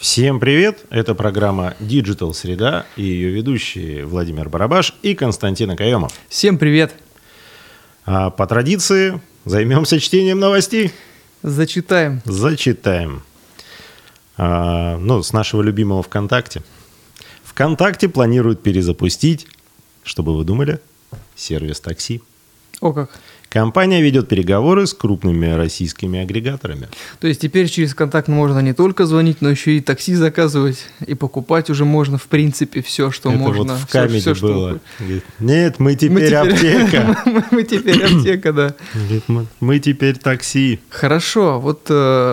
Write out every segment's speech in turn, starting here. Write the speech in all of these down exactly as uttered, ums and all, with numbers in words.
Всем привет! Это программа Digital Среда и ее ведущие Владимир Барабаш и Константин Акаемов. Всем привет! А по традиции займемся чтением новостей. Зачитаем. Зачитаем. А, ну, с нашего любимого ВКонтакте. ВКонтакте планирует перезапустить, что бы вы думали, сервис такси. О как! Компания ведет переговоры с крупными российскими агрегаторами. То есть теперь через контакт можно не только звонить, но еще и такси заказывать, и покупать уже можно, в принципе, все, что Это можно. Вот в Камеди все, все, было. Что... Говорит, нет, мы теперь, мы теперь аптека. мы, мы теперь аптека, да. Говорит, мы, мы теперь такси. Хорошо, вот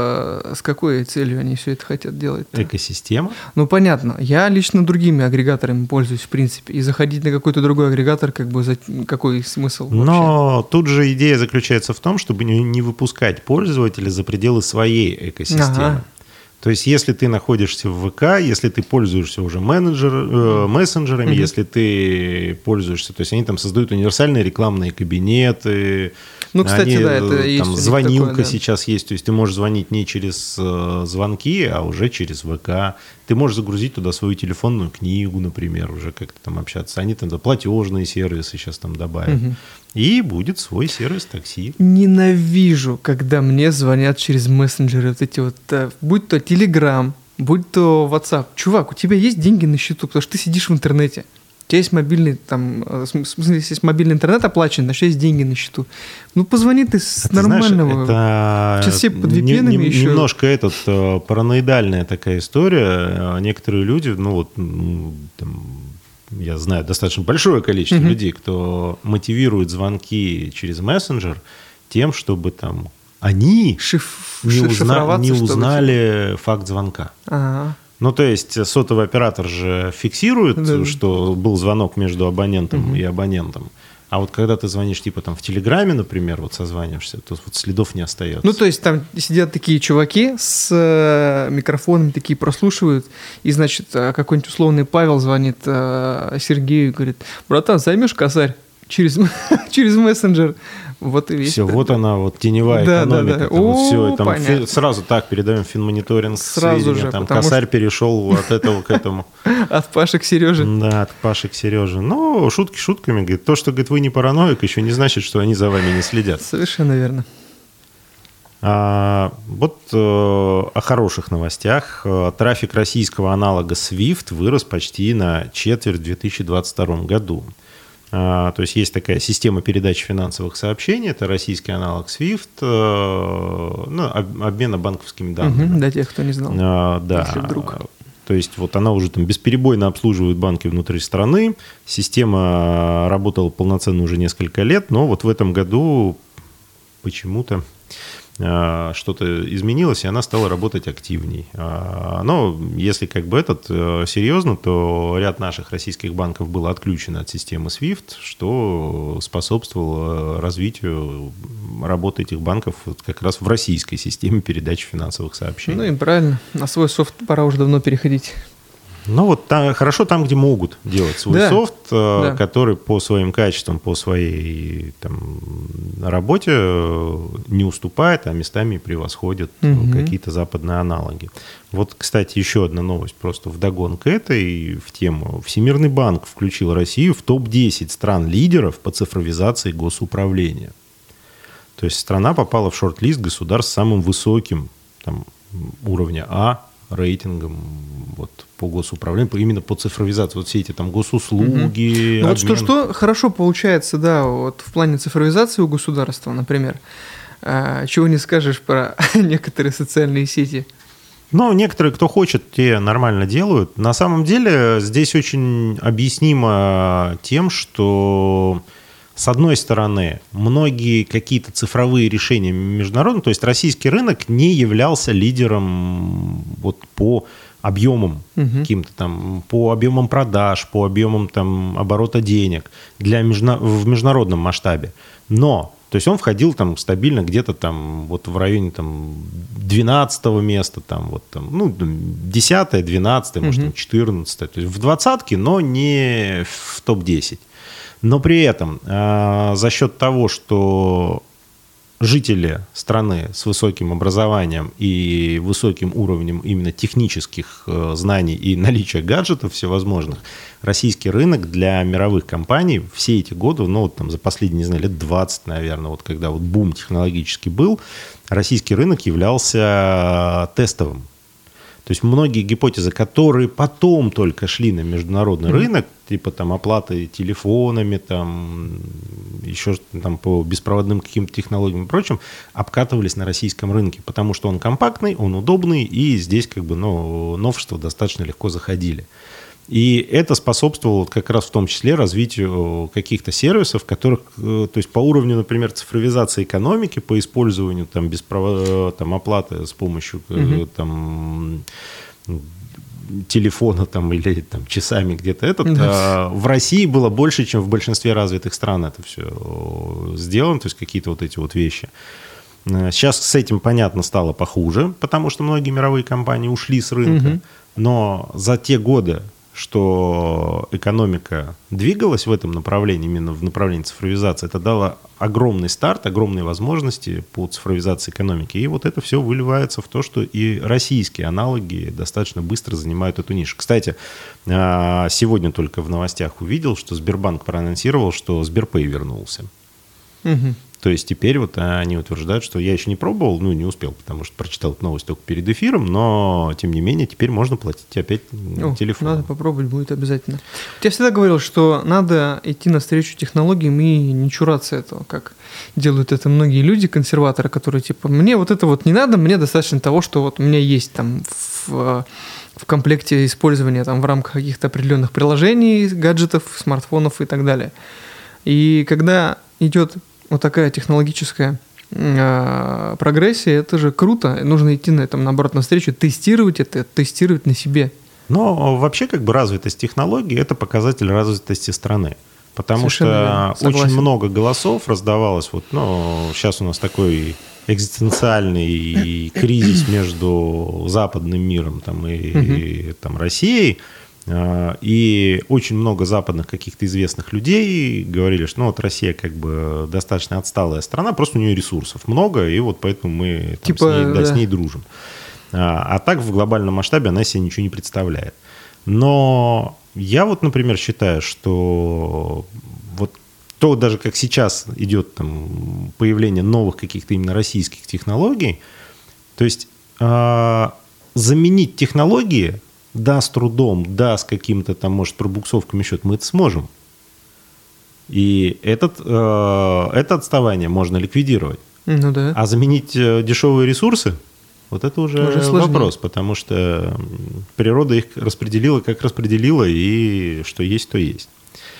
э, с какой целью они все это хотят делать-то? Экосистема? Ну, понятно. Я лично другими агрегаторами пользуюсь, в принципе, и заходить на какой-то другой агрегатор, как бы, за... какой смысл вообще? Но тут же идея заключается в том, чтобы не выпускать пользователя за пределы своей экосистемы. Ага. То есть, если ты находишься в ВК, если ты пользуешься уже менеджер, э, мессенджерами, mm-hmm. если ты пользуешься, то есть они там создают универсальные рекламные кабинеты. Ну, кстати, они, да, это там, есть. Звонилка такое, да. сейчас есть, то есть ты можешь звонить не через э, звонки, а уже через ВК. Ты можешь загрузить туда свою телефонную книгу, например, уже как-то там общаться. Они там платежные сервисы сейчас там добавят. Mm-hmm. И будет свой сервис такси. Ненавижу, когда мне звонят через мессенджеры. Вот эти вот, будь то Telegram, будь то WhatsApp. Чувак, у тебя есть деньги на счету, потому что ты сидишь в интернете. У тебя есть мобильный, там, в смысле, если есть мобильный интернет оплачен, значит, есть деньги на счету. Ну, позвони ты с а нормального. Ты знаешь, это сейчас все под ви пи эн-ами не, еще. Немножко этот, параноидальная такая история. Некоторые люди, ну вот, там, я знаю достаточно большое количество mm-hmm. людей, кто мотивирует звонки через мессенджер тем, чтобы там они Шиф... не, узна... не узнали факт звонка. Ага. Ну, то есть сотовый оператор же фиксирует, да. что был звонок между абонентом mm-hmm. и абонентом. А вот когда ты звонишь, типа, там, в Телеграме, например, вот созваниваешься, то вот следов не остается. Ну, то есть там сидят такие чуваки с э, микрофонами, такие прослушивают, и, значит, какой-нибудь условный Павел звонит э, Сергею и говорит: братан, займешь косарь через, через мессенджер? Вот и весь. Все, это, вот да. она, вот теневая да, экономика. Да, да. Там, О, вот все, там, фи, сразу так передаем финмониторинг сразу сведения. Же, там косарь что... перешел от этого к этому. От Паши к Сереже. Да, от Паши к Сереже. Но шутки шутками. Говорит, то, что говорит, вы не параноик, еще не значит, что они за вами не следят. Совершенно верно. А, вот э, о хороших новостях. Трафик российского аналога свифт вырос почти на четверть в две тысячи двадцать втором году. Uh, то есть есть такая система передачи финансовых сообщений, это российский аналог свифт, uh, ну, об, обмена банковскими данными. Uh-huh, для тех, кто не знал. Uh, да. Если вдруг. То есть вот она уже там бесперебойно обслуживает банки внутри страны. Система работала полноценно уже несколько лет, но вот в этом году почему-то что-то изменилось, и она стала работать активней. Но если как бы этот серьезно, то ряд наших российских банков был отключен от системы свифт, что способствовало развитию работы этих банков как раз в российской системе передачи финансовых сообщений. Ну и правильно, на свой софт пора уже давно переходить. Ну вот там, хорошо там, где могут делать свой да, софт, да. который по своим качествам, по своей там, работе не уступает, а местами превосходит угу. какие-то западные аналоги. Вот, кстати, еще одна новость просто вдогонку этой в тему. Всемирный банк включил Россию в топ десять стран-лидеров по цифровизации госуправления. То есть страна попала в шорт-лист государств с самым высоким там, уровня А рейтингом вот, по госуправлению, именно по цифровизации. Вот все эти там госуслуги. Угу. Ну, вот что-что хорошо получается, да, вот в плане цифровизации у государства, например. А, чего не скажешь про некоторые социальные сети. Ну, некоторые, кто хочет, те нормально делают. На самом деле здесь очень объяснимо тем, что с одной стороны, многие какие-то цифровые решения международные, то есть российский рынок не являлся лидером вот по объемам угу. каким-то там, по объемам продаж, по объемам там оборота денег для межна... в международном масштабе. Но, то есть он входил там стабильно где-то там вот в районе там двенадцатого места, там вот там, ну, десятое, двенадцатое, угу. может там четырнадцатое, то есть в двадцатке, но не в топ десять. Но при этом э, за счет того, что жители страны с высоким образованием и высоким уровнем именно технических знаний и наличия гаджетов всевозможных, российский рынок для мировых компаний все эти годы, ну, вот там за последние, не знаю, лет двадцать, наверное, вот когда вот бум технологический был, российский рынок являлся тестовым. То есть многие гипотезы, которые потом только шли на международный mm-hmm. рынок, типа там оплаты телефонами, там еще там по беспроводным каким-то технологиям и прочим, обкатывались на российском рынке, потому что он компактный, он удобный, и здесь как бы, ну, новшества достаточно легко заходили. И это способствовало как раз в том числе развитию каких-то сервисов, которых, то есть по уровню, например, цифровизации экономики, по использованию там, беспровод... там, оплаты с помощью mm-hmm. там, телефона там, или там, часами где-то этот, mm-hmm. а, в России было больше, чем в большинстве развитых стран это все сделано, то есть какие-то вот эти вот вещи. Сейчас с этим, понятно, стало похуже, потому что многие мировые компании ушли с рынка, mm-hmm. но за те годы, что экономика двигалась в этом направлении, именно в направлении цифровизации, это дало огромный старт, огромные возможности по цифровизации экономики. И вот это все выливается в то, что и российские аналоги достаточно быстро занимают эту нишу. Кстати, сегодня только в новостях увидел, что Сбербанк проанонсировал, что Сберпэй вернулся. Угу. То есть теперь вот они утверждают, что я еще не пробовал, ну не успел, потому что прочитал эту новость только перед эфиром, но тем не менее теперь можно платить опять О, телефоном. Надо попробовать, будет обязательно. Я всегда говорил, что надо идти навстречу технологиям и не чураться этого, как делают это многие люди, консерваторы, которые типа, мне вот это вот не надо, мне достаточно того, что вот у меня есть там в, в комплекте использования там в рамках каких-то определенных приложений, гаджетов, смартфонов и так далее. И когда идет вот такая технологическая э, прогрессия, это же круто. Нужно идти на этом, наоборот, навстречу, тестировать это, тестировать на себе. Но вообще как бы развитость технологий – это показатель развитости страны. Потому Совершенно что очень много голосов раздавалось. Вот, ну, сейчас у нас такой экзистенциальный кризис между западным миром там, и, и там, Россией. И очень много западных каких-то известных людей говорили, что ну, вот Россия как бы достаточно отсталая страна, просто у нее ресурсов много, и вот поэтому мы там, типа, с, ней, да, да. с ней дружим. А, а так в глобальном масштабе она себе ничего не представляет. Но я вот, например, считаю, что вот то, даже как сейчас идет там, появление новых каких-то именно российских технологий, то есть а, заменить технологии, да, с трудом, да, с каким-то там, может, пробуксовками счет, мы это сможем. И этот, э, это отставание можно ликвидировать. Ну, да. А заменить дешевые ресурсы, вот это уже, уже вопрос, потому что природа их распределила, как распределила, и что есть, то есть.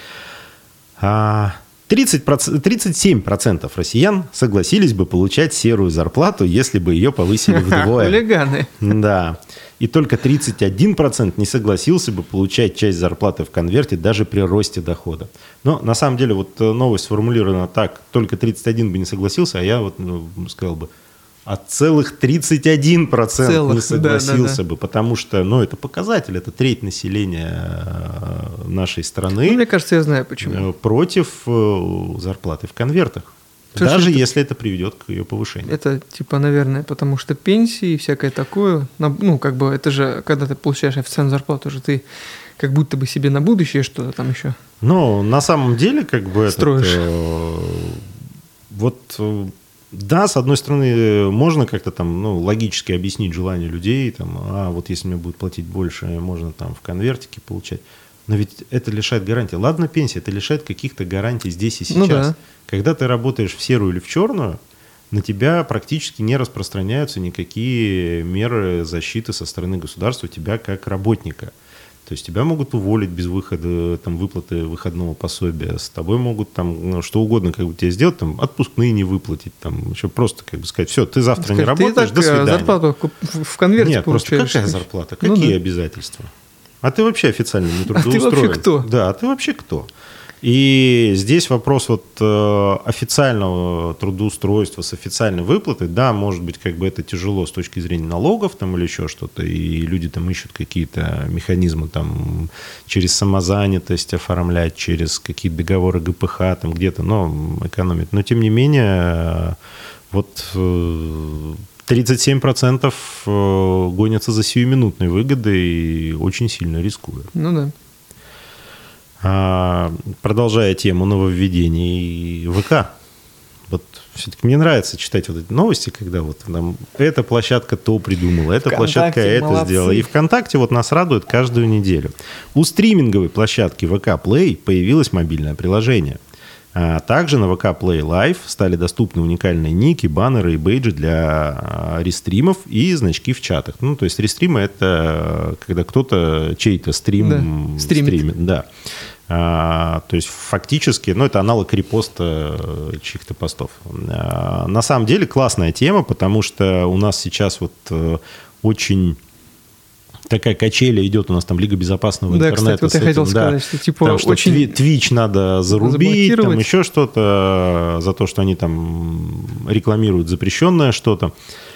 тридцать процентов, тридцать семь процентов россиян согласились бы получать серую зарплату, если бы ее повысили вдвое. Хулиганы. Да. И только тридцать один процент не согласился бы получать часть зарплаты в конверте даже при росте дохода. Но на самом деле вот новость сформулирована так, только тридцать один бы не согласился, а я вот ну, сказал бы, а целых тридцать один процент целых, не согласился да, да, бы, да. Потому что ну, это показатель, это треть населения нашей страны. Ну, мне кажется, я знаю почему. Против зарплаты в конвертах. Слушай, даже это, если это приведет к ее повышению. Это, типа, наверное, потому что пенсии и всякое такое, ну, как бы, это же, когда ты получаешь официальную зарплату, уже ты как будто бы себе на будущее что-то там еще. Ну, на самом деле, как бы, строишь. Этот, э, вот, э, да, с одной стороны, можно как-то там, ну, логически объяснить желание людей, там, а вот если мне будут платить больше, можно там в конвертике получать. Но ведь это лишает гарантии. Ладно, пенсия, это лишает каких-то гарантий здесь и сейчас. Ну, да. Когда ты работаешь в серую или в черную, на тебя практически не распространяются никакие меры защиты со стороны государства тебя как работника. То есть тебя могут уволить без выхода, там, выплаты выходного пособия, с тобой могут там, ну, что угодно как бы тебе сделать, там, отпускные не выплатить, там, еще просто как бы сказать, все, ты завтра сказать, не работаешь, ты до свидания. Зарплату в конверте Нет, получаешь. Просто какая зарплата, какие ну, да. обязательства? А ты вообще официально не трудоустроен. А ты вообще кто? Да, а ты вообще кто? И здесь вопрос вот э, официального трудоустройства с официальной выплатой, да, может быть, как бы это тяжело с точки зрения налогов там или еще что-то, и люди там ищут какие-то механизмы там через самозанятость оформлять, через какие-то договоры ГПХ там где-то, но экономить. Но тем не менее Вот тридцать семь процентов гонятся за сиюминутной выгодой и очень сильно рискуют. Ну да. А, продолжая тему нововведений ВК. Вот все-таки мне нравится читать вот эти новости, когда вот там эта площадка то придумала, эта площадка это молодцы. Сделала. И ВКонтакте вот нас радует каждую неделю. У стриминговой площадки ВК Play появилось мобильное приложение. А также на ВК Play Live стали доступны уникальные ники, баннеры и бейджи для рестримов и значки в чатах. Ну, то есть рестримы — это когда кто-то чей-то стрим да. стримит. стримит. Да. А, то есть фактически, ну, это аналог репоста чьих-то постов. А, на самом деле классная тема, потому что у нас сейчас вот очень такая качеля идет, у нас там Лига безопасного да, интернета. Да, кстати, вот я хотел этим, сказать, да, что типа там, что очень... Twitch надо зарубить, там еще что-то, за то, что они там рекламируют запрещенное что-то.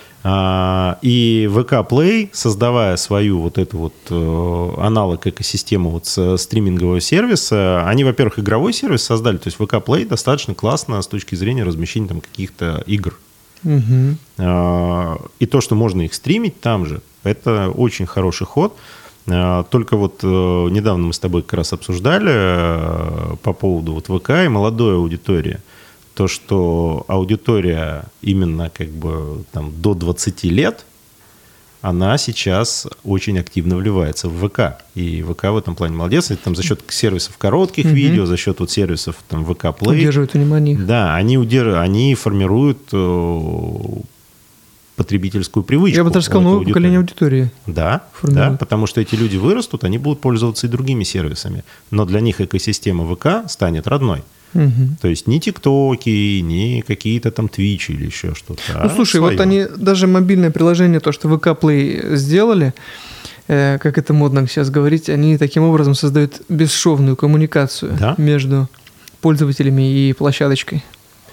И ВК Play, создавая свою вот эту вот аналог экосистему вот стримингового сервиса, они, во-первых, игровой сервис создали, то есть ВК Play достаточно классно с точки зрения размещения там каких-то игр. Угу. И то, что можно их стримить там же, это очень хороший ход. Только вот недавно мы с тобой как раз обсуждали по поводу вот ВК и молодой аудитории. То, что аудитория именно как бы там до двадцати лет, она сейчас очень активно вливается в ВК. И ВК в этом плане молодец. Это там за счет сервисов коротких mm-hmm. видео, за счет вот сервисов там ВК Play. Удерживают внимание. Да, они, удерж... они формируют э, потребительскую привычку. Я бы даже сказал, новое поколение аудитории. Да, да, потому что эти люди вырастут, они будут пользоваться и другими сервисами. Но для них экосистема ВК станет родной. Угу. То есть ни тиктоки, ни какие-то там твичи или еще что-то. Ну, а слушай, свое. Вот они, даже мобильное приложение, то, что ВК Play сделали, э, как это модно сейчас говорить, они таким образом создают бесшовную коммуникацию да? между пользователями и площадочкой.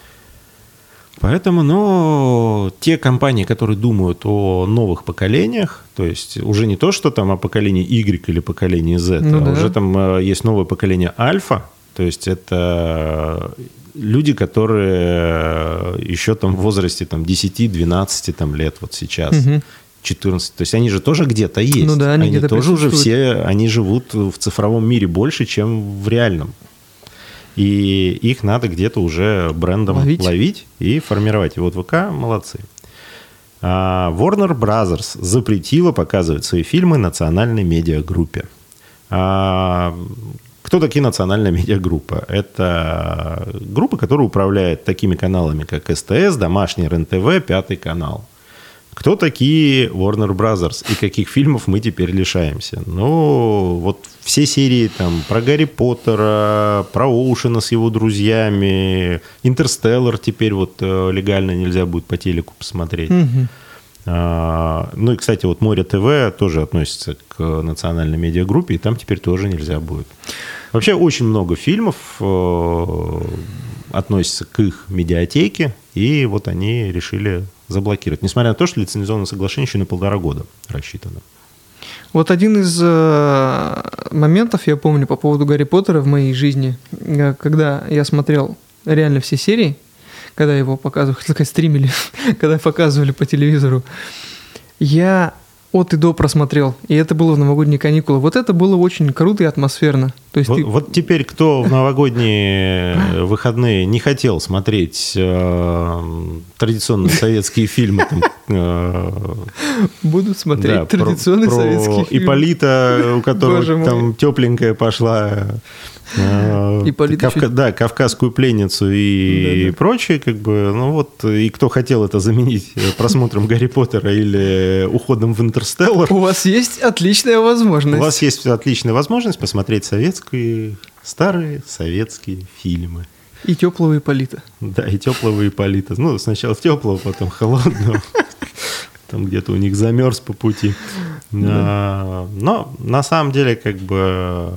Поэтому, ну, те компании, которые думают о новых поколениях, то есть уже не то, что там о поколении Y или поколении Z, ну, а да. уже там есть новое поколение Альфа. То есть это люди, которые еще там в возрасте там, десять-двенадцать там, лет вот сейчас, угу. четырнадцать. То есть они же тоже где-то есть. Ну да, они, они где-то тоже уже все, они живут в цифровом мире больше, чем в реальном. И их надо где-то уже брендом ловить, ловить и формировать. И вот ВК молодцы. А Warner Brothers запретила показывать свои фильмы национальной медиагруппе. А Кто такие национальная медиагруппа? Это группа, которая управляет такими каналами, как СТС, Домашний, РЕН-ТВ, Пятый канал. Кто такие Warner Brothers и каких фильмов мы теперь лишаемся? Ну, вот все серии там про Гарри Поттера, про Оушена с его друзьями, Интерстеллар теперь вот легально нельзя будет по телеку посмотреть. Угу. А, ну и, кстати, вот Море ТВ тоже относится к национальной медиагруппе, и там теперь тоже нельзя будет. Вообще очень много фильмов э, относятся к их медиатеке, и вот они решили заблокировать. Несмотря на то, что лицензионное соглашение еще на полтора года рассчитано. Вот один из э, моментов, я помню, по поводу Гарри Поттера в моей жизни, когда я смотрел реально все серии, когда его показывали, хотел сказать, стримили, когда показывали по телевизору, я от и до просмотрел, и это было в новогодние каникулы. Вот это было очень круто и атмосферно. То есть вот, ты... вот теперь, кто в новогодние выходные не хотел смотреть э, традиционные советские фильмы, там, э, будут смотреть да, традиционные про, советские про фильмы. Ипполита, у которого там тепленькая пошла... Кавка... Да, кавказскую пленницу и да, да. прочее, как бы, ну вот, и кто хотел это заменить просмотром Гарри Поттера или уходом в Интерстеллар. У вас есть отличная возможность. У вас есть отличная возможность посмотреть советские, старые советские фильмы. И теплого Ипполита. Да, и теплого Ипполита. Ну, сначала теплого, потом холодного. Там где-то у них замерз по пути. Но на самом деле, как бы...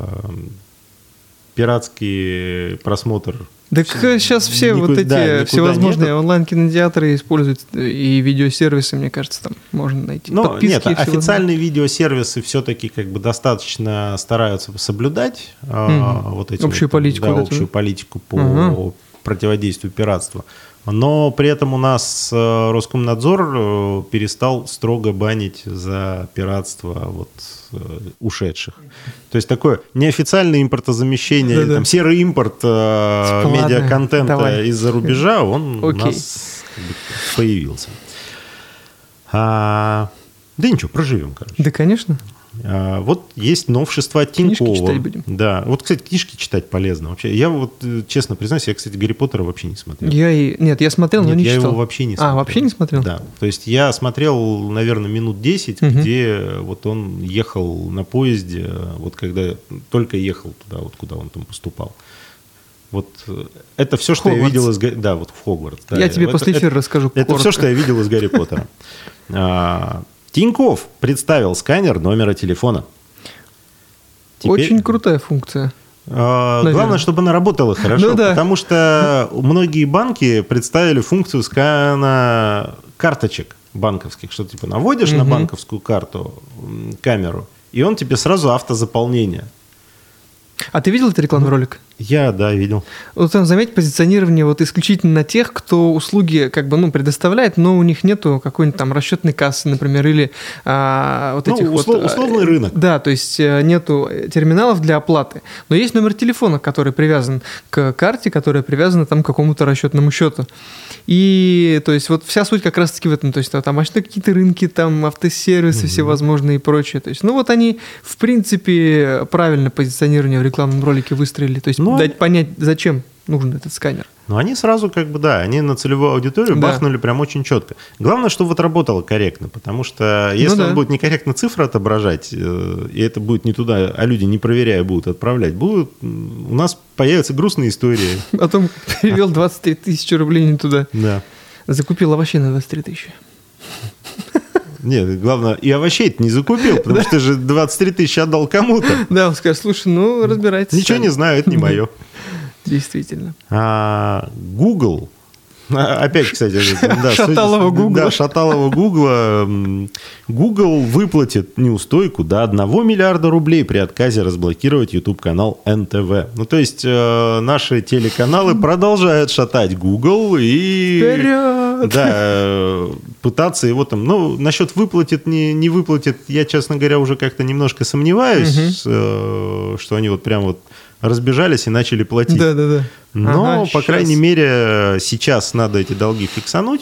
пиратский просмотр. Так сейчас все никуда, вот эти да, всевозможные нету. Онлайн-кинотеатры используют и видеосервисы, мне кажется, там можно найти. Но подписки. Нет, официальные видеосервисы все-таки как бы достаточно стараются соблюдать mm-hmm. вот эти общую вот, политику, да, да, общую тоже? политику по uh-huh. противодействию пиратству. Но при этом у нас э, Роскомнадзор э, перестал строго банить за пиратство вот, э, ушедших. То есть такое неофициальное импортозамещение, или, там, серый импорт э, медиаконтента Давай. из-за рубежа, он Окей. у нас как бы, появился. А, да ничего, проживем, короче. Да, конечно. А, вот есть новшество от Тинькова. Книжки читать будем. Да, вот, кстати, книжки читать полезно. Вообще, я вот, честно признаюсь, я, кстати, Гарри Поттера вообще не смотрел. Я и... Нет, я смотрел, Нет, но не я читал. Я его вообще не смотрел. А, вообще не смотрел? Да, то есть я смотрел, наверное, минут десять, угу. где вот он ехал на поезде, вот когда только ехал туда, вот куда он там поступал. Вот это все, что Хогвартс. я видел из Гарри... Да, вот в Хогвартс. Да. Я тебе это, после эфира это, расскажу Это коротко. все, что я видел из Гарри Поттера. Тинькофф представил сканер номера телефона. Теперь... Очень крутая функция. А, главное, чтобы она работала хорошо, ну, да. потому что многие банки представили функцию скана карточек банковских, что типа наводишь угу. на банковскую карту камеру, и он тебе сразу автозаполнение. А ты видел этот рекламный ролик? Я, да, видел. Вот там, заметь, позиционирование вот исключительно на тех, кто услуги как бы, ну, предоставляет, но у них нету какой-нибудь там расчетной кассы, например, или а, вот ну, этих услов, вот... условный рынок. Да, то есть нету терминалов для оплаты. Но есть номер телефона, который привязан к карте, которая привязана там к какому-то расчетному счету. И, то есть, вот вся суть как раз-таки в этом. То есть, там а что какие-то рынки, там автосервисы mm-hmm. всевозможные и прочее. То есть, ну, вот они, в принципе, правильно позиционирование в рекламном ролике выстроили. То есть, Но... дать понять, зачем нужен этот сканер. Ну, они сразу как бы, да, они на целевую аудиторию да. бахнули прям очень четко. Главное, чтобы вот работало корректно, потому что если ну, да. он будет некорректно цифры отображать, и это будет не туда, а люди, не проверяя, будут отправлять, будут, у нас появятся грустные истории. О том, как перевел двадцать три тысячи рублей не туда. Да. Закупил овощей на двадцать три тысячи. Нет, главное, и овощей-то не закупил, потому что ты же двадцать три тысячи отдал кому-то. Да, он скажет, слушай, ну, разбирайтесь. Ничего не знаю, это не мое. Действительно. А, Google, опять, кстати, да, шаталова Google. Да, шаталова Google. Google выплатит неустойку до одного миллиарда рублей при отказе разблокировать YouTube-канал эн тэ вэ. Ну, то есть э, наши телеканалы продолжают шатать Google и Вперед! Да, пытаться его там... Ну, насчет выплатит, не, не выплатит, я, честно говоря, уже как-то немножко сомневаюсь, угу. э, что они вот прям вот разбежались и начали платить. Да, да, да. Но, ага, по сейчас. крайней мере, сейчас надо эти долги фиксануть,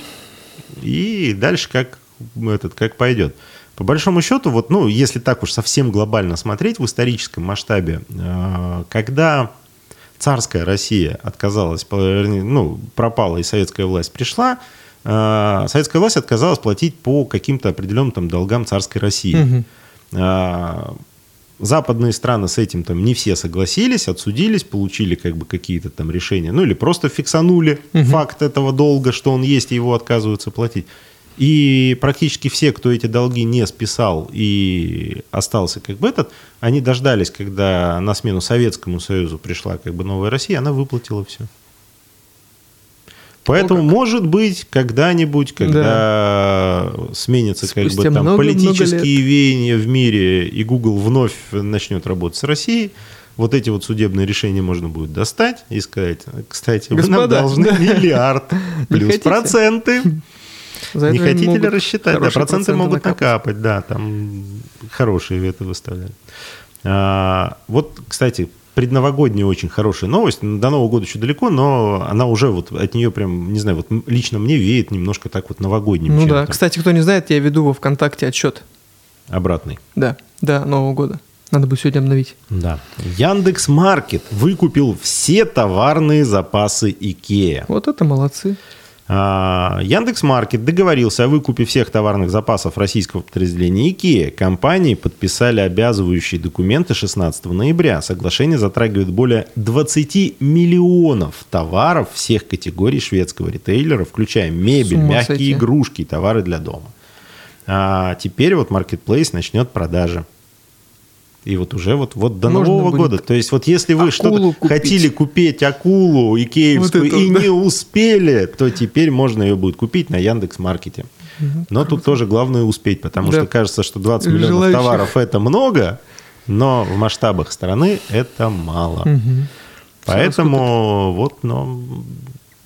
и дальше как, этот, как пойдет. По большому счету, вот, ну, если так уж совсем глобально смотреть в историческом масштабе, когда царская Россия отказалась, ну, пропала и советская власть пришла, советская власть отказалась платить по каким-то определенным там, долгам царской России. Угу. Западные страны с этим там не все согласились, отсудились, получили как бы какие-то там решения, ну или просто фиксанули угу. факт этого долга, что он есть, и его отказываются платить. И практически все, кто эти долги не списал и остался как бы этот, они дождались, когда на смену Советскому Союзу пришла как бы новая Россия, она выплатила все. Поэтому, может быть, когда-нибудь, когда да. сменятся как бы, там, много, политические много веяния в мире, и Google вновь начнет работать с Россией, вот эти вот судебные решения можно будет достать и сказать, кстати, Господа, вы нам должны да. миллиард плюс проценты. Не хотите ли рассчитать? Да, проценты могут накапать, да, там хорошие это выставляют. А, вот, кстати, предновогодняя очень хорошая новость. До Нового года еще далеко, но она уже вот от нее прям, не знаю, вот лично мне веет немножко так вот новогодним. Ну чем-то. да, кстати, кто не знает, я веду во ВКонтакте отчет. Обратный. Да, до Нового года. Надо будет сегодня обновить. Да. Яндекс.Маркет выкупил все товарные запасы Икеа. Вот это молодцы. Яндекс.Маркет договорился о выкупе всех товарных запасов российского подразделения Икеа. Компании подписали обязывающие документы шестнадцатого ноября. Соглашение затрагивает более двадцать миллионов товаров всех категорий шведского ритейлера, включая мебель, мягкие сойти. игрушки и товары для дома. А теперь вот Marketplace начнет продажи. И вот уже вот, вот до Можно Нового года. То есть вот если вы что-то купить. хотели купить акулу икеевскую вот и да. не успели, то теперь можно ее будет купить на Яндекс.Маркете. Угу, но круто. Тут тоже главное успеть, потому да. что кажется, что двадцать миллионов Желающих. товаров это много, но в масштабах страны это мало. Угу. Поэтому вот, но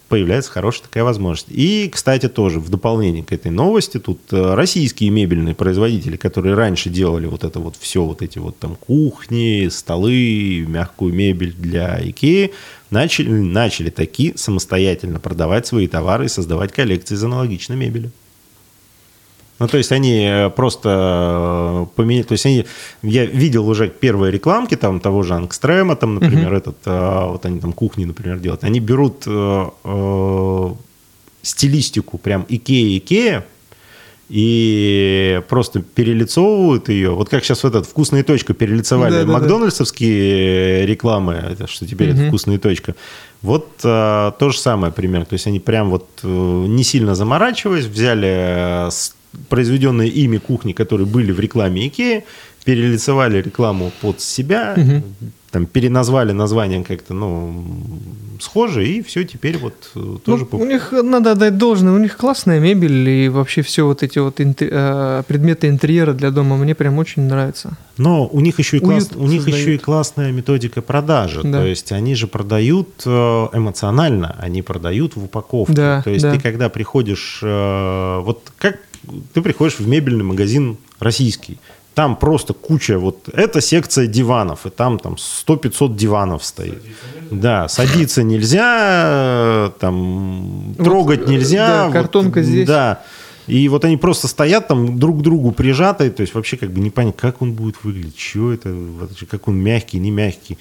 появляется хорошая такая возможность. И, кстати, тоже в дополнение к этой новости, тут российские мебельные производители, которые раньше делали вот это вот все, вот эти вот там кухни, столы, мягкую мебель для Икеи, начали, начали таки самостоятельно продавать свои товары и создавать коллекции из аналогичной мебели. Ну, то есть они просто поменяли, то есть они, я видел уже первые рекламки там того же Ангстрема, там, например, uh-huh. этот, вот они там кухни, например, делают. Они берут э, э, стилистику прям Икея, Икея, и просто перелицовывают ее. Вот как сейчас вот этот «Вкусная точка» перелицовали да, макдональдсовские да. рекламы, что теперь uh-huh. это «Вкусная точка». Вот э, то же самое примерно. То есть они прям вот э, не сильно заморачиваясь, взяли произведенные ими кухни, которые были в рекламе Икеи, перелицевали рекламу под себя, угу. там, переназвали названием как-то, ну, схоже, и все теперь вот тоже... Ну, у них, надо отдать должное, у них классная мебель, и вообще все вот эти вот интер... предметы интерьера для дома мне прям очень нравятся. Но у них еще и, класс... у них еще и классная методика продажи, да. То есть они же продают эмоционально, они продают в упаковке. Да, то есть да. ты когда приходишь, вот как ты приходишь в мебельный магазин российский, там просто куча, вот эта секция диванов, и там, там сто-пятьсот диванов стоит. Да, садиться нельзя, там, вот, трогать нельзя. Да, картонка вот, здесь. Да, и вот они просто стоят там друг к другу прижатые, то есть вообще как бы не понятно, как он будет выглядеть, что это, как он мягкий, не мягкий.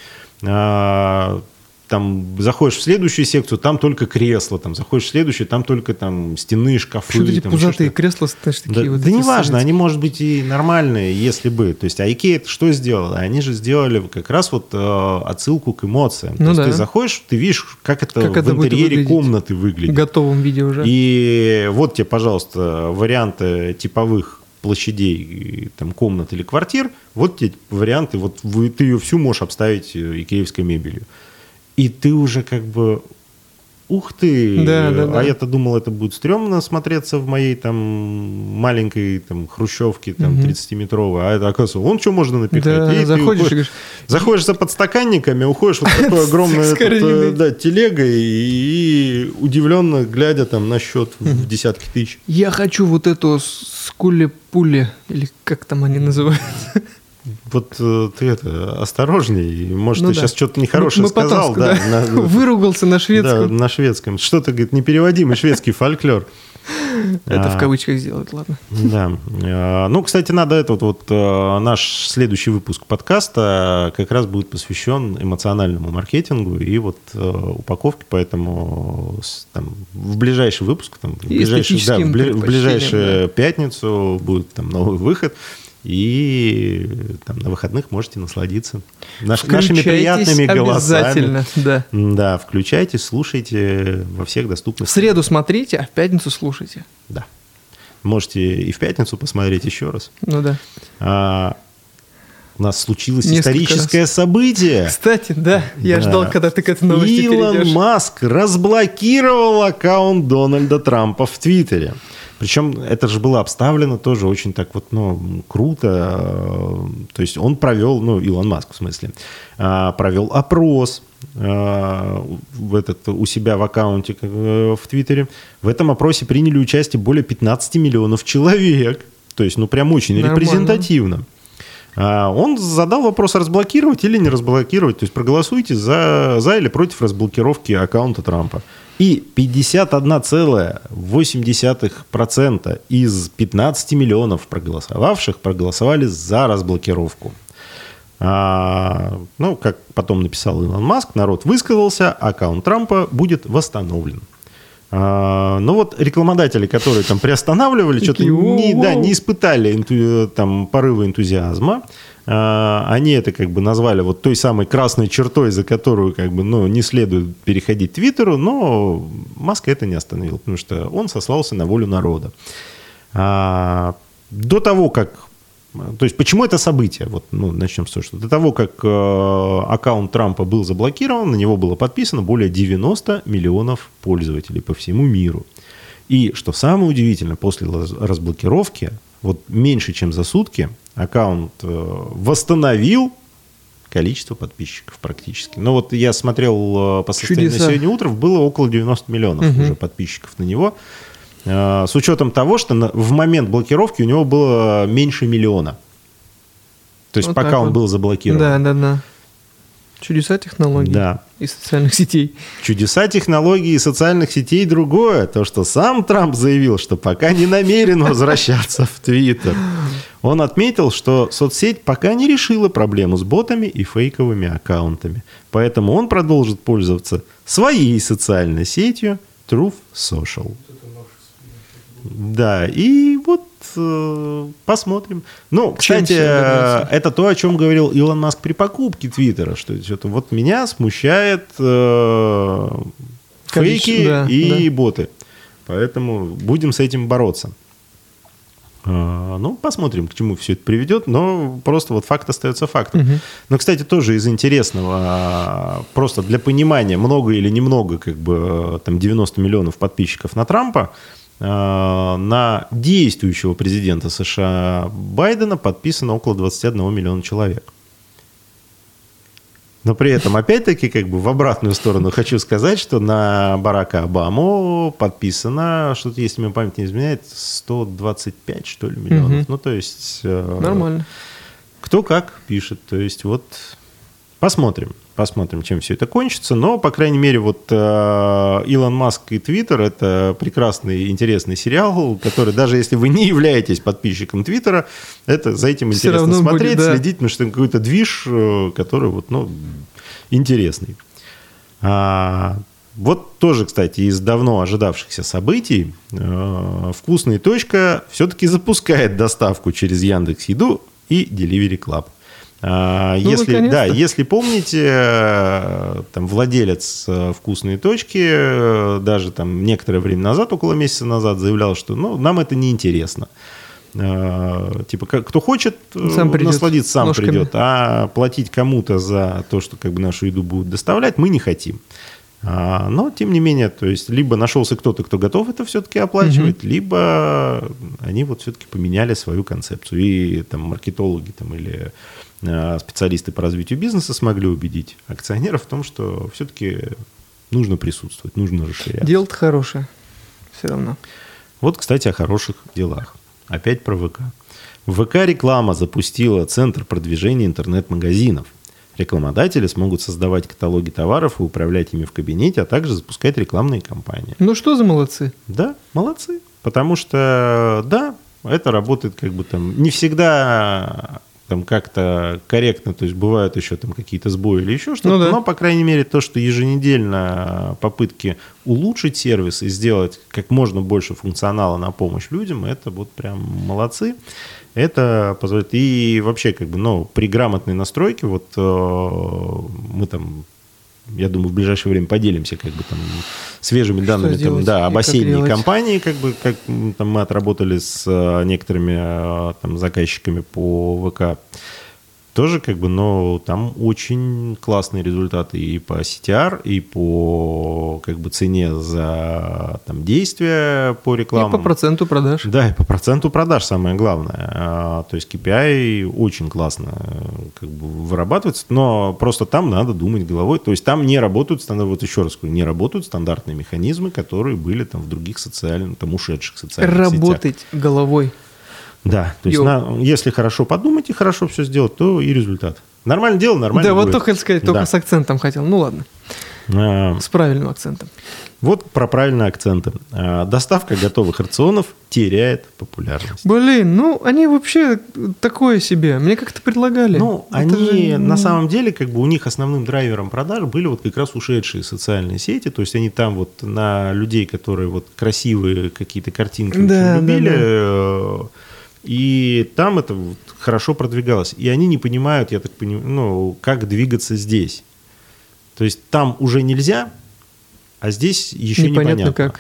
А, там заходишь в следующую секцию, там только кресла, там заходишь в следующую, там только там стенные шкафы. Что эти пузатые кресла, знаешь, такие да, вот. Да неважно, они, может быть, и нормальные, если бы. То есть, а Икея что сделала? Они же сделали как раз вот э, отсылку к эмоциям. Ну, То да. есть, ты заходишь, ты видишь, как это как в это интерьере комнаты выглядит. В готовом виде уже. И вот тебе, пожалуйста, варианты типовых площадей там, комнат или квартир. Вот тебе варианты, вот вы, ты ее всю можешь обставить икеевской мебелью. И ты уже как бы, ух ты, да, да, а да. я-то думал, это будет стрёмно смотреться в моей там маленькой там хрущевке там угу. тридцатиметровой, а это, оказывается, вон что можно напихать. Да, и заходишь, уходишь, говоришь... заходишь за подстаканниками, уходишь вот такой огромной да, телегой и удивленно глядя там на счет в десятки тысяч. Я хочу вот эту скули-пули, или как там они называются. Вот э, ты это осторожней, может, ну, ты да. сейчас что-то нехорошее мы, мы сказал. Потом, да, да. на, Выругался на шведском. Да, на шведском. Что-то, говорит, непереводимый шведский фольклор. Это в кавычках сделать, ладно. Да. Ну, кстати, надо этот вот наш следующий выпуск подкаста как раз будет посвящен эмоциональному маркетингу и вот упаковке, поэтому там, в ближайший выпуск, там, в ближайшую, да, в ближайшую да. пятницу будет там новый выход. И там, на выходных можете насладиться Наш, нашими приятными голосами. Обязательно, да. Да, включайтесь, слушайте во всех доступных. В среду смотрите, а в пятницу слушайте. Да. Можете и в пятницу посмотреть еще раз. Ну да. А, у нас случилось Несколько историческое раз. событие. Кстати, да, я да. ждал, когда ты к этой новости Илон перейдешь. Маск разблокировал аккаунт Дональда Трампа в Твиттере. Причем это же было обставлено тоже очень так вот, ну, круто. То есть он провел, ну, Илон Маск в смысле, провел опрос в этот, у себя в аккаунте в Твиттере. В этом опросе приняли участие более пятнадцать миллионов человек. То есть, ну, прям очень нормально. Репрезентативно. Он задал вопрос, разблокировать или не разблокировать. То есть проголосуйте за, за или против разблокировки аккаунта Трампа. И пятьдесят один целых восемь десятых процента из пятнадцати миллионов проголосовавших проголосовали за разблокировку. А, ну, как потом написал Илон Маск, народ высказался, аккаунт Трампа будет восстановлен. А, ну вот рекламодатели, которые там приостанавливали, что-то не, да, не испытали инту, там, порывы энтузиазма. А, они это как бы назвали вот той самой красной чертой, за которую как бы, ну, не следует переходить Твиттеру, но Маск это не остановил, потому что он сослался на волю народа. А, до того, как... То есть, почему это событие? Вот, ну, начнем с того, что до того, как э, аккаунт Трампа был заблокирован, на него было подписано более девяноста миллионов пользователей по всему миру. И, что самое удивительное, после разблокировки, вот меньше чем за сутки, аккаунт э, восстановил количество подписчиков практически. Но вот я смотрел по состоянию Чудеса. на сегодня утром, было около девяносто миллионов угу. уже подписчиков на него. С учетом того, что в момент блокировки у него было меньше миллиона. То есть вот пока он вот. был заблокирован. Да, да, да. Чудеса технологий да. и социальных сетей. Чудеса технологий и социальных сетей другое. То, что сам Трамп заявил, что пока не намерен возвращаться в Твиттер. Он отметил, что соцсеть пока не решила проблему с ботами и фейковыми аккаунтами. Поэтому он продолжит пользоваться своей социальной сетью Truth Social. Да, и вот э, посмотрим. Ну, кстати, э, это то, о чем говорил Илон Маск при покупке Твиттера, что что-то вот меня смущает э, фейки да, и да. боты. Поэтому будем с этим бороться. Э, ну, посмотрим, к чему все это приведет, но просто вот факт остается фактом. Угу. Но, кстати, тоже из интересного, просто для понимания, много или немного, как бы там девяносто миллионов подписчиков на Трампа, на действующего президента США Байдена подписано около двадцать один миллион человек. Но при этом, опять-таки, как бы в обратную сторону хочу сказать, что на Барака Обаму подписано, что-то, если мне память не изменяет, сто двадцать пять, что ли, миллионов. Угу. Ну, то есть... Нормально. Кто как пишет. То есть, вот посмотрим. Посмотрим, чем все это кончится. Но, по крайней мере, вот э, Илон Маск и Твиттер – это прекрасный, интересный сериал, который, даже если вы не являетесь подписчиком Твиттера, это, за этим все интересно смотреть, будет, да. следить, потому что какой-то движ, э, который вот, ну, интересный. А, вот тоже, кстати, из давно ожидавшихся событий э, «Вкусная точка» все-таки запускает доставку через Яндекс.Еду и Delivery Club. Ну, если, да, если помните, там, владелец «Вкусной точки» даже там некоторое время назад, около месяца назад, заявлял, что ну, нам это неинтересно. Типа, кто хочет сам насладиться, сам ножками. Придет, а платить кому-то за то, что как бы, нашу еду будут доставлять, мы не хотим. Но, тем не менее, то есть, либо нашелся кто-то, кто готов это все-таки оплачивать, угу. либо они вот все-таки поменяли свою концепцию. И там маркетологи там, или специалисты по развитию бизнеса смогли убедить акционеров в том, что все-таки нужно присутствовать, нужно расширяться. Дело-то хорошее все равно. Вот, кстати, о хороших делах. Опять про ВК. ВК реклама запустила центр продвижения интернет-магазинов. Рекламодатели смогут создавать каталоги товаров и управлять ими в кабинете, а также запускать рекламные кампании. Ну что за молодцы? Да, молодцы. Потому что, да, это работает как бы там не всегда там как-то корректно, то есть бывают еще там какие-то сбои или еще что-то, ну, да. но, по крайней мере, то, что еженедельно попытки улучшить сервис и сделать как можно больше функционала на помощь людям, это вот прям молодцы. Это позволит. И вообще, как бы, ну, при грамотной настройке, вот э, мы там, я думаю, в ближайшее время поделимся, как бы там свежими данными там, да, об осенней кампании, как бы, как там мы отработали с некоторыми там заказчиками по ВК. Тоже, как бы, но там очень классные результаты и по си ти ар, и по, как бы, цене за там, действия по рекламам. И по проценту продаж. Да, и по проценту продаж, самое главное. А, то есть кей пи ай очень классно как бы, вырабатывается, но просто там надо думать головой. То есть там не работают, вот еще раз говорю, не работают стандартные механизмы, которые были там в других социальных, там ушедших социальных Работать сетях. Работать головой. Да, то есть на, если хорошо подумать и хорошо все сделать, то и результат. Нормально дело, нормально Да, будет. вот только хотел сказать, только да. с акцентом хотел. Ну ладно, а, с правильным акцентом. Вот про правильные акценты. А, доставка готовых рационов теряет популярность. Блин, ну они вообще такое себе. Мне как-то предлагали. Ну, Это они же... на самом деле, как бы у них основным драйвером продаж были вот как раз ушедшие социальные сети. То есть они там вот на людей, которые вот красивые какие-то картинки да, очень любили... Да, да. И там это хорошо продвигалось. И они не понимают, я так понимаю, ну, как двигаться здесь. То есть там уже нельзя, а здесь еще непонятно. Непонятно как.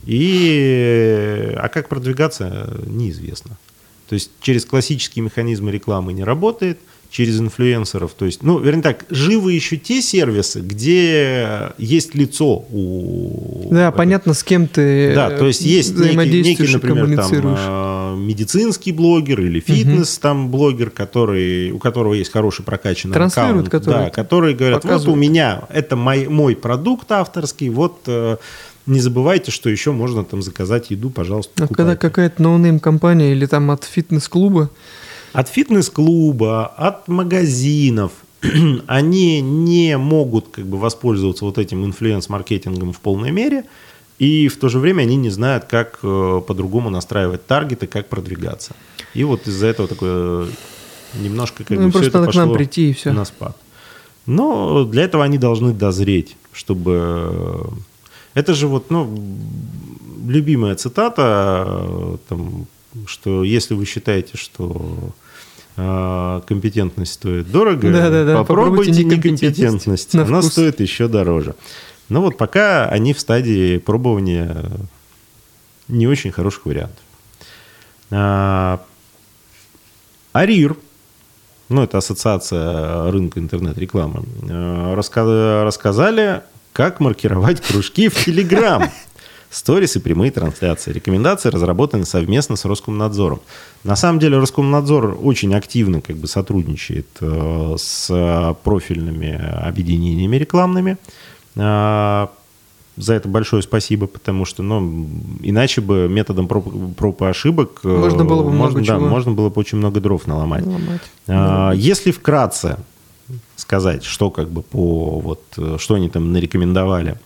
И, а как продвигаться, неизвестно. То есть через классические механизмы рекламы не работает, через инфлюенсеров. То есть, ну, вернее так, живы еще те сервисы, где есть лицо у... Да, понятно, с кем ты Да, то есть есть некий, некий, например, там, коммуницируешь. медицинский блогер или фитнес, угу. там, блогер, который, у которого есть хороший прокачанный Транслирует, аккаунт. который Да, которые говорят, показывает. Вот у меня, это мой, мой продукт авторский, вот э, не забывайте, что еще можно там заказать еду, пожалуйста, А покупайте. когда какая-то ноунейм компания или там от фитнес-клуба? От фитнес-клуба, от магазинов, они не могут как бы воспользоваться вот этим инфлюенс-маркетингом в полной мере, и в то же время они не знают, как э, по-другому настраивать таргеты, как продвигаться. И вот из-за этого такое немножко как ну, бы все это надо пошло к нам прийти, и все. на спад. Но для этого они должны дозреть, чтобы... Это же вот, ну, любимая цитата, там, что если вы считаете, что э, компетентность стоит дорого, да, да, да. попробуйте, попробуйте некомпетентность, она вкус. стоит еще дороже. Но вот пока они в стадии пробования не очень хороших вариантов. А, АРИР, ну это ассоциация рынка интернет-рекламы, раска- рассказали, как маркировать кружки в Телеграм. Сторис и прямые трансляции. Рекомендации разработаны совместно с Роскомнадзором. На самом деле Роскомнадзор очень активно как бы сотрудничает э, с профильными объединениями рекламными. Э, за это большое спасибо, потому что, ну, иначе бы методом проб, проб и ошибок э, можно было бы можно, много да, чего. можно было бы очень много дров наломать. наломать. Э, если вкратце сказать, что как бы по вот что они там нарекомендовали.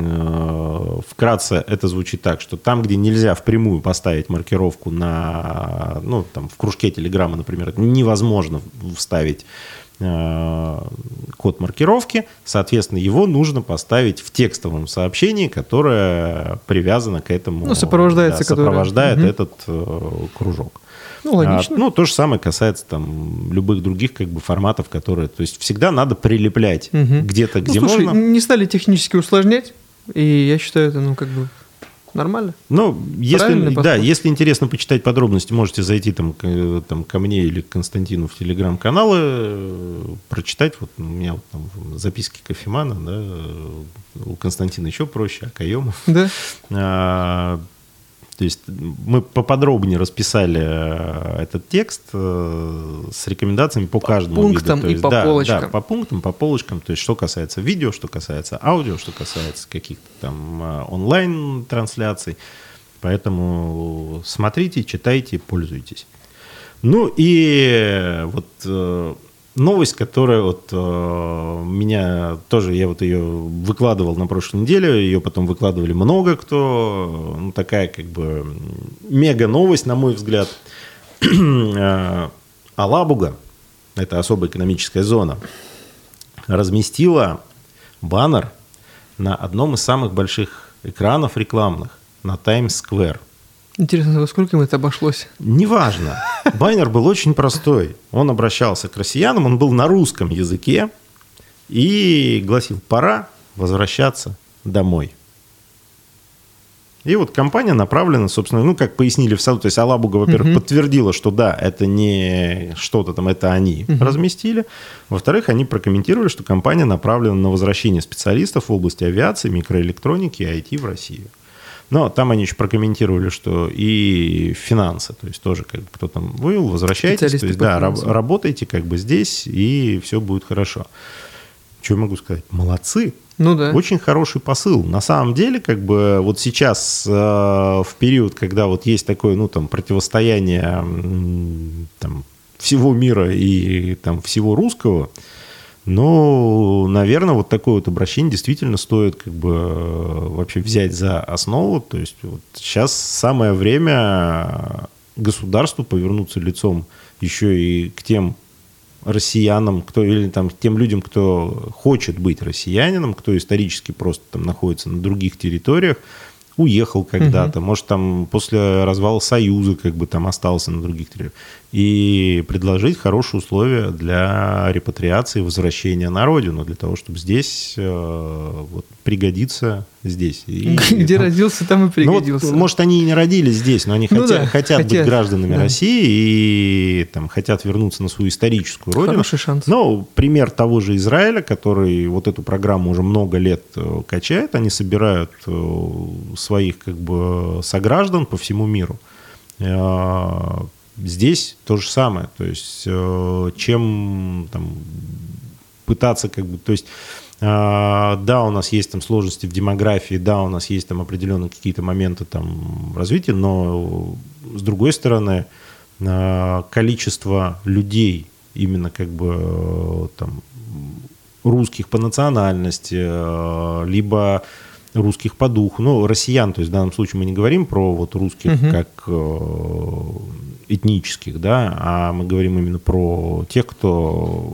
Вкратце это звучит так, что там, где нельзя впрямую поставить маркировку на, ну, там, в кружке Телеграма, например, невозможно вставить э, код маркировки, соответственно, его нужно поставить в текстовом сообщении, которое привязано к этому, ну, сопровождается, да, сопровождает который... этот э, кружок. Ну, логично. А, ну, то же самое касается там любых других как бы форматов, которые... То есть всегда надо прилеплять угу. где-то, где ну, слушай, можно. Не стали технически усложнять, и я считаю, это, ну, как бы нормально. Ну, если, да, если интересно почитать подробности, можете зайти там, к, там, ко мне или к Константину в телеграм-каналы, прочитать. Вот у меня вот, там, записки кофемана, да, у Константина еще проще, а Каемов. Да. А, то есть мы поподробнее расписали этот текст с рекомендациями по, по каждому пунктам виду. То есть, и по да, полочкам. Да, по пунктам, по полочкам. То есть что касается видео, что касается аудио, что касается каких-то там онлайн-трансляций. Поэтому смотрите, читайте, пользуйтесь. Ну и вот... Новость, которая вот э, меня тоже, я вот ее выкладывал на прошлой неделе, ее потом выкладывали много кто, ну, такая как бы мега новость, на мой взгляд. Алабуга, это особая экономическая зона, разместила баннер на одном из самых больших экранов рекламных, на Таймс-сквер. Интересно, во сколько им это обошлось? Неважно. Баннер был очень простой. Он обращался к россиянам, он был на русском языке и гласил: пора возвращаться домой. И вот компания направлена, собственно, ну, как пояснили в саду, то есть Алабуга, во-первых, uh-huh. подтвердила, что да, это не что-то там, это они uh-huh. разместили. Во-вторых, они прокомментировали, что компания направлена на возвращение специалистов в области авиации, микроэлектроники и ай ти в Россию. Но там они еще прокомментировали, что и финансы, то есть тоже как бы кто там вывел, возвращайтесь, то есть да, раб, работайте как бы здесь, и все будет хорошо. Что я могу сказать? Молодцы. Ну да. Очень хороший посыл. На самом деле, как бы вот сейчас э, в период, когда вот есть такое, ну там противостояние э, там, всего мира и там всего русского, ну, наверное, вот такое вот обращение действительно стоит как бы вообще взять за основу. То есть вот сейчас самое время государству повернуться лицом еще и к тем россиянам, кто, или там, тем людям, кто хочет быть россиянином, кто исторически просто там находится на других территориях, уехал когда-то, угу. может, там после развала Союза как бы там остался на других территориях. и предложить хорошие условия для репатриации, возвращения на родину, для того, чтобы здесь э, вот, пригодиться здесь. И, Где ну, родился, там и пригодился. Ну, вот, может, они и не родились здесь, но они ну, хотя, да, хотят, хотят быть гражданами да. России и там, хотят вернуться на свою историческую родину. Хороший шанс. Но пример того же Израиля, который вот эту программу уже много лет качает, они собирают своих как бы сограждан по всему миру. Здесь то же самое, то есть чем там, пытаться как бы, то есть да, у нас есть там сложности в демографии, да, у нас есть там определенные какие-то моменты там развития, но с другой стороны количество людей именно как бы там русских по национальности, либо русских по духу, ну, россиян, то есть в данном случае мы не говорим про вот русских угу. как этнических, да, а мы говорим именно про тех, кто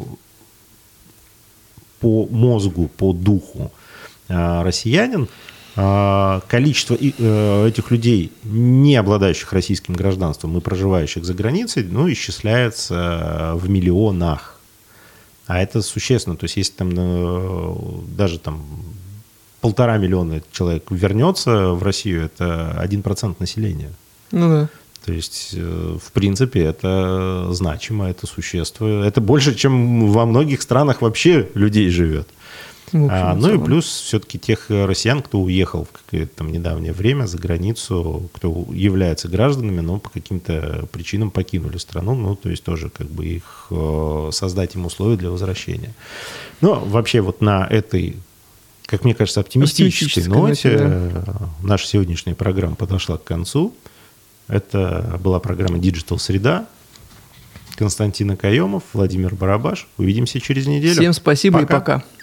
по мозгу, по духу э, россиянин, э, количество э, этих людей, не обладающих российским гражданством и проживающих за границей, ну, исчисляется в миллионах. А это существенно. То есть если там э, даже там полтора миллиона человек вернется в Россию, это один процент населения. Ну да. То есть, в принципе, это значимо, это существо. Это больше, чем во многих странах вообще людей живет. Ну, а, ну и плюс все-таки тех россиян, кто уехал в какое-то там недавнее время за границу, кто является гражданами, но по каким-то причинам покинули страну, ну, то есть тоже как бы их создать им условия для возвращения. Ну, вообще вот на этой, как мне кажется, оптимистической ноте да. наша сегодняшняя программа подошла к концу. Это была программа «Digital Среда». Константин Акаемов, Владимир Барабаш. Увидимся через неделю. Всем спасибо пока. и пока.